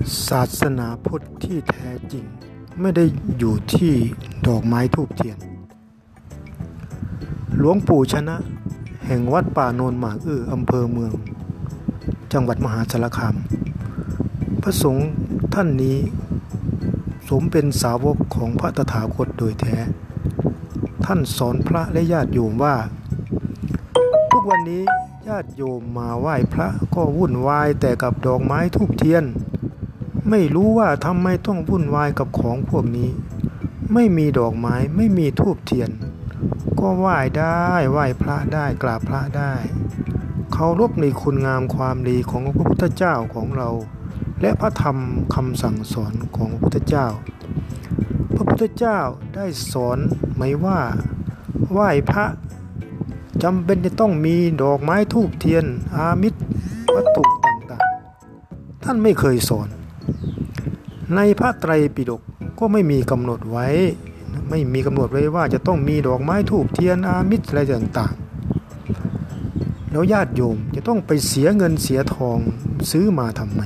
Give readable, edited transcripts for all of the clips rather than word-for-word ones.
ศาสนาพุทธที่แท้จริงไม่ได้อยู่ที่ดอกไม้ธูปเทียนหลวงปู่ชนะแห่งวัดป่าโนนหมากอำเภอเมืองจังหวัดมหาสารคามพระสงฆ์ท่านนี้สมเป็นสาวกของพระตถาคตโดยแท้ท่านสอนพระและญาติโยมว่าทุกวันนี้ญาติโยมมาไหว้พระก็วุ่นวายแต่กับดอกไม้ธูปเทียนไม่รู้ว่าทำไมต้องวุ่นวายกับของพวกนี้ไม่มีดอกไม้ไม่มีธูปเทียนก็ไหว้ได้ไหว้พระได้กราบพระได้เคารพในคุณงามความดีของพระพุทธเจ้าของเราและพระธรรมคำสั่งสอนของพระพุทธเจ้าพระพุทธเจ้าได้สอนไหมว่าไหว้พระจำเป็นจะต้องมีดอกไม้ธูปเทียนอามิสวัตถุต่างๆท่านไม่เคยสอนในพระไตรปิฎกก็ไม่มีกำหนดไว้ว่าจะต้องมีดอกไม้ธูปเทียนอามิสอะไรต่างๆแล้วญาติโยมจะต้องไปเสียเงินเสียทองซื้อมาทำไม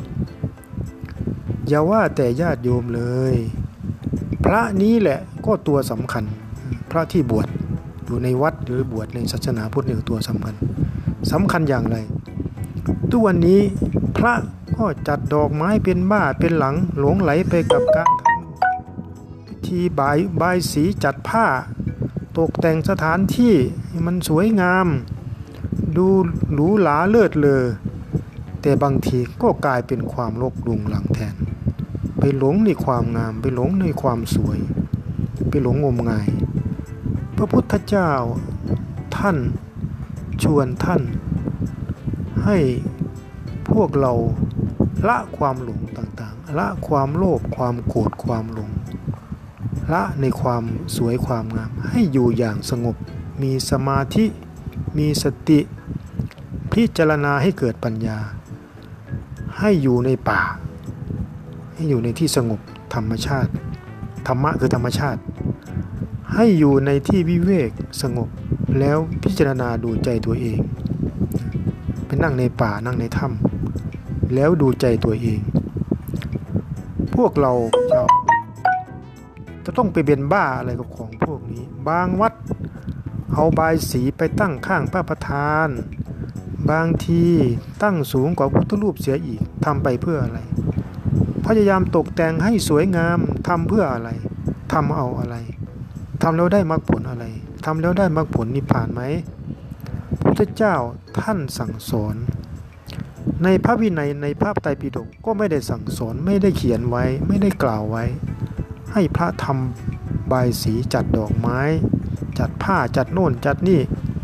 อย่าว่าแต่ญาติโยมเลยพระนี้แหละก็ตัวสำคัญพระที่บวชอยู่ในวัดหรือบวชในศาสนาพุทธเนี่ยตัวสำคัญอย่างไรทุกวันนี้พระก็จัดดอกไม้เป็นบ้าเป็นหลังหลงไหลไปกับการทำพิธีบายสีจัดผ้าตกแต่งสถานที่ให้มันสวยงามดูหรูหราเลิศเลอแต่บางทีก็กลายเป็นความโลภรุงรังแทนไปหลงในความงามไปหลงในความสวยไปหลงงมงายพระพุทธเจ้าท่านชวนท่านให้พวกเราละความหลงต่างๆละความโลภความโกรธความหลงละในความสวยความงามให้อยู่อย่างสงบมีสมาธิมีสติพิจารณาให้เกิดปัญญาให้อยู่ในป่าให้อยู่ในที่สงบธรรมชาติธรรมะคือธรรมชาติให้อยู่ในที่วิเวกสงบแล้วพิจารณาดูใจตัวเองไปนั่งในป่านั่งในถ้ำแล้วดูใจตัวเองพวกเราชาวจะต้องไปเป็นบ้าอะไรกับของพวกนี้บางวัดเอาบายสีไปตั้งข้างพระประธานบางทีตั้งสูงกว่าพุทธรูปเสียอีกทำไปเพื่ออะไรพยายามตกแต่งให้สวยงามทำเพื่ออะไรทำเอาอะไรทำแล้วได้มรรคผลอะไรทำแล้วได้มรรคผลนิพพานไหมพระพุทธเจ้าท่านสั่งสอนในพระวินัยในพระไตรปิฎกก็ไม่ได้สั่งสอนไม่ได้เขียนไว้ไม่ได้กล่าวไว้ให้พระทำบายสีจัดดอกไม้จัดผ้าจัดโน่นจัดนี่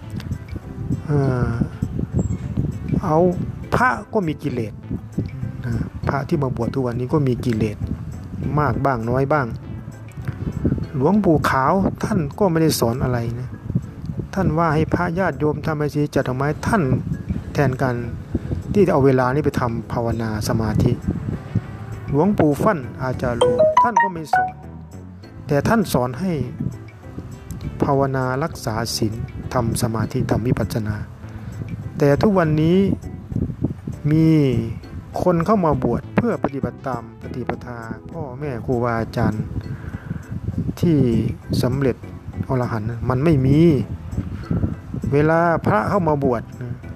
เอาพระก็มีกิเลสพระที่มาบวชทุกวันนี้ก็มีกิเลสมากบ้างน้อยบ้างหลวงปู่ขาวท่านก็ไม่ได้สอนอะไรนะท่านว่าให้พระญาติโยมทำบายสีจัดดอกไม้ท่านแทนกันที่จะเอาเวลานี้ไปทำภาวนาสมาธิหลวงปู่ฟั่นอาจารย์โลท่านก็ไม่สอนแต่ท่านสอนให้ภาวนารักษาศีลทำสมาธิทำวิปัสสนาแต่ทุกวันนี้มีคนเข้ามาบวชเพื่อปฏิบัติตามปฏิปทาพ่อแม่ครูบาอาจารย์ที่สำเร็จอรหันต์มันไม่มีเวลาพระเข้ามาบวช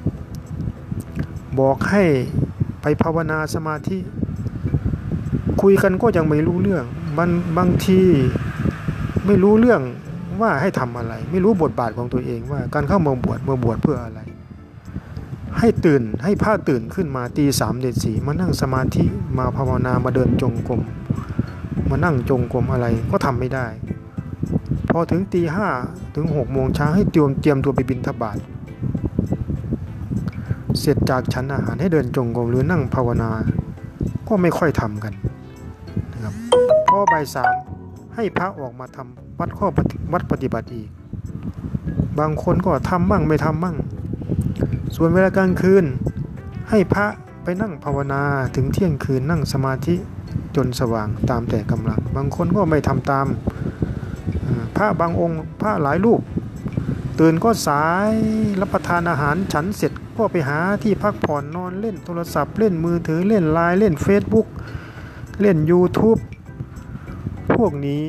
บอกให้ไปภาวนาสมาธิคุยกันก็ยังไม่รู้เรื่องมันบางทีไม่รู้เรื่องว่าให้ทำอะไรไม่รู้บทบาทของตัวเองว่าการเข้ามาบวชเพื่ออะไรให้ตื่นให้พระตื่นขึ้นมาตี 3 ตี 4มานั่งสมาธิมาภาวนามาเดินจงกรมมานั่งจงกรมอะไรก็ทำไม่ได้พอถึงตี 5ถึง 6 โมงเช้าให้เตรียมตัวไปบิณฑบาตเสร็จจากฉันอาหารให้เดินจงกรมหรือนั่งภาวนาก็ไม่ค่อยทำกันนะครับพอบ่าย 3ให้พระออกมาทำวัดปฏิบัติอีกบางคนก็ทำมั่งไม่ทำมั่งส่วนเวลากลางคืนให้พระไปนั่งภาวนาถึงเที่ยงคืนนั่งสมาธิจนสว่างตามแต่กำลังบางคนก็ไม่ทำตามพระบางองค์พระหลายรูปตื่นก็สายรับประทานอาหารฉันเสร็จก็ไปหาที่พักผ่อนนอนเล่นโทรศัพท์เล่นมือถือเล่นไลน์เล่น Facebook เล่น YouTube พวกนี้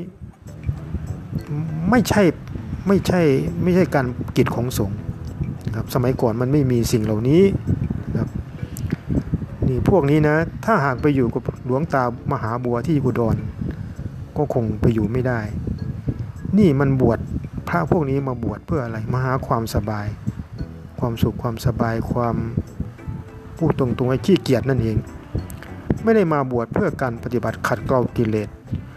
ไม่ใช่การกิจของสงฆ์ครับสมัยก่อนมันไม่มีสิ่งเหล่านี้ครับนี่พวกนี้นะถ้าหากไปอยู่กับหลวงตามหาบัวที่อุดรก็คงไปอยู่ไม่ได้นี่มันบวชพระพวกนี้มาบวชเพื่ออะไรมาหาความสบายความสุขความสบายความพูดตรงๆไอ้ขี้เกียจนั่นเองไม่ได้มาบวชเพื่อการปฏิบัติขัดเกลากิเลส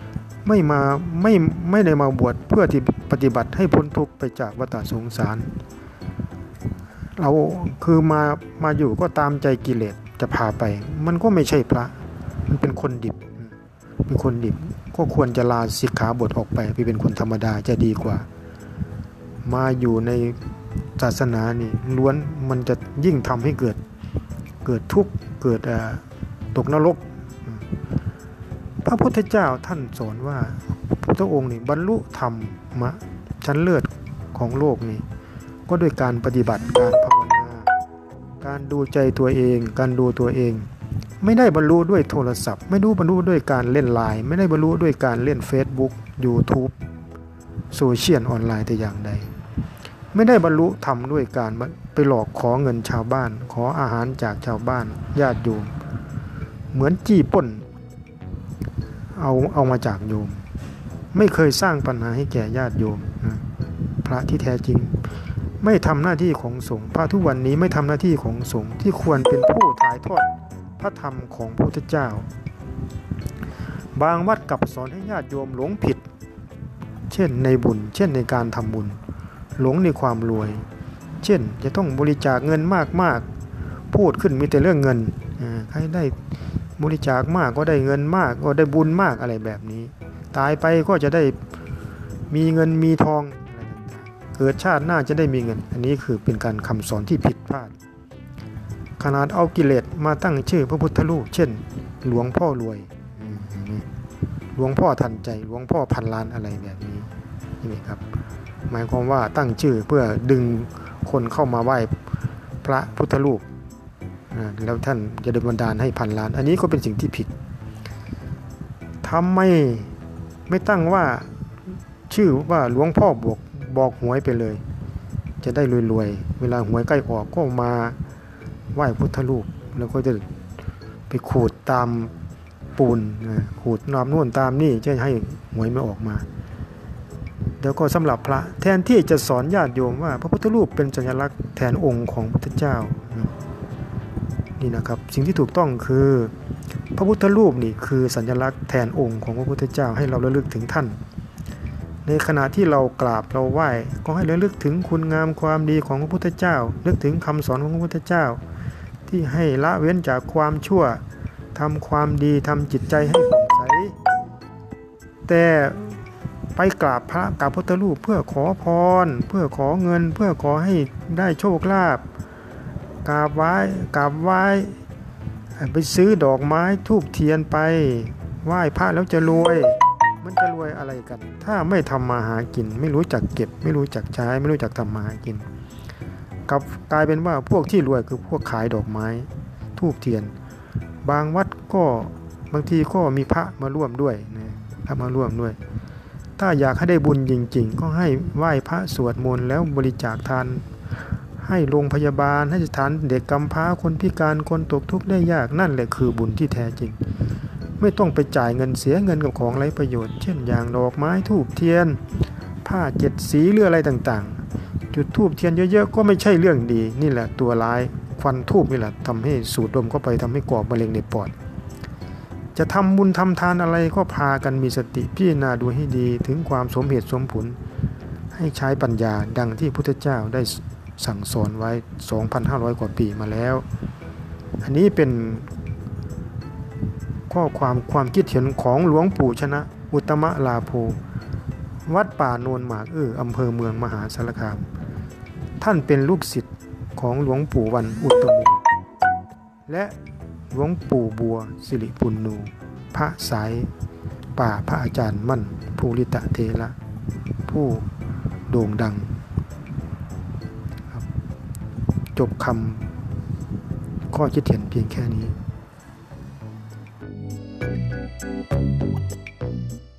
ไม่ได้มาบวชเพื่อที่ปฏิบัติให้พ้นทุกข์ไปจากวัฏสงสารเราคือมาอยู่ก็ตามใจกิเลสจะพาไปมันก็ไม่ใช่พระมันเป็นคนดิบก็ควรจะลาสิกขาบทออกไปเป็นคนธรรมดาจะดีกว่ามาอยู่ในศาสนานี่ล้วนมันจะยิ่งทำให้เกิดทุกข์เกิดตกนรกพระพุทธเจ้าท่านสอนว่าพระองค์นี่บรรลุธรรมะชั้นเลิศของโลกนี่ก็ด้วยการปฏิบัติการภาวนาการดูใจตัวเองการดูตัวเองไม่ได้บรรลุด้วยโทรศัพท์ไม่ได้บรรลุด้วยการเล่นไลน์ไม่ได้บรรลุด้วยการเล่น Facebook YouTube โซเชียลออนไลน์แต่อย่างใดไม่ได้บรรลุธรรมด้วยการไปหลอกขอเงินชาวบ้านขออาหารจากชาวบ้านญาติโยมเหมือนจี้ปล้นเอามาจากโยมไม่เคยสร้างปัญหาให้แก่ญาติโยมนะพระที่แท้จริงไม่ทำหน้าที่ของสงฆ์พระทุกวันนี้ไม่ทำหน้าที่ของสงฆ์ที่ควรเป็นผู้ถ่ายทอดพระธรรมของพระพุทธเจ้าบางวัดกลับสอนให้ญาติโยมหลงผิดเช่นในบุญเช่นในการทำบุญหลงในความรวยเช่นจะต้องบริจาคเงินมากๆพูดขึ้นมีแต่เรื่องเงินใครได้บริจาคมากก็ได้เงินมากก็ได้บุญมากอะไรแบบนี้ตายไปก็จะได้มีเงินมีทองอะไรต่างๆเกิดชาติหน้าจะได้มีเงินอันนี้คือเป็นการคำสอนที่ผิดพลาดขนาดเอากิเลสมาตั้งชื่อพระพุทธรูปเช่นหลวงพ่อรวยหลวงพ่อทันใจหลวงพ่อพันล้านอะไรแบบนี้นี่ครับหมายความว่าตั้งชื่อเพื่อดึงคนเข้ามาไหว้พระพุทธรูปแล้วท่านจะดลบันดาลให้พันล้านอันนี้ก็เป็นสิ่งที่ผิดทำไม่ตั้งว่าชื่อว่าหลวงพ่อบอกหวยไปเลยจะได้รวยๆเวลาหวยใกล้ออกก็มาไหว้พุทธรูปแล้วก็จะไปขูดตามปูนขูดน้ำโน่นตามนี่จะให้หวยไม่ออกมาแล้วก็สำหรับพระแทนที่จะสอนญาติโยมว่าพระพุทธรูปเป็นสัญลักษณ์แทนองค์ของพระพุทธเจ้านี่นะครับสิ่งที่ถูกต้องคือพระพุทธรูปนี่คือสัญลักษณ์แทนองค์ของพระพุทธเจ้าให้เราระลึกถึงท่านในขณะที่เรากราบเราไหว้ก็ให้ระลึกถึงคุณงามความดีของพระพุทธเจ้านึกถึงคำสอนของพระพุทธเจ้าที่ให้ละเว้นจากความชั่วทำความดีทำจิตใจให้ผ่องใสแต่ไปกราบพระกราบพุทธรูปเพื่อขอพรเพื่อขอเงินเพื่อขอให้ได้โชคลาภกราบไหว้ไปซื้อดอกไม้ธูปเทียนไปไหว้พระแล้วจะรวยมันจะรวยอะไรกันถ้าไม่ทำมาหากินไม่รู้จักเก็บไม่รู้จักใช้ไม่รู้จักทำมาหากินกลายเป็นว่าพวกที่รวยคือพวกขายดอกไม้ธูปเทียนบางวัดก็บางทีก็มีพระมาร่วมด้วยนะพระมาร่วมด้วยถ้าอยากให้ได้บุญจริงๆก็ให้ไหว้พระสวดมนต์แล้วบริจาคทานให้โรงพยาบาลให้สถานเด็กกำพร้าคนพิการคนตกทุกข์ได้ยากนั่นแหละคือบุญที่แท้จริงไม่ต้องไปจ่ายเงินเสียเงินกับของไร้ประโยชน์เช่นอย่างดอกไม้ธูปเทียนผ้า7 สีหรืออะไรต่างๆจุดธูปเทียนเยอะๆก็ไม่ใช่เรื่องดีนี่แหละตัวร้ายควันธูปนี่แหละทำให้สูดดมเข้าไปทำให้ก่อมะเร็งในปอดจะทำบุญทำทานอะไรก็พากันมีสติพิจารณาดูให้ดีถึงความสมเหตุสมผลให้ใช้ปัญญาดังที่พุทธเจ้าได้สั่งสอนไว้ 2,500 กว่าปีมาแล้วอันนี้เป็นข้อความคิดเห็นของหลวงปู่ชนะอุตตมลาโภวัดป่าโนนหมากอำเภอเมืองมหาสารคามท่านเป็นลูกศิษย์ของหลวงปู่วันอุตตโมและหลวงปู่บัวสิริปุณโญพระสายป่าพระอาจารย์มั่นภูริตะเถระผู้โด่งดังจบคำข้อคิดเห็นเพียงแค่นี้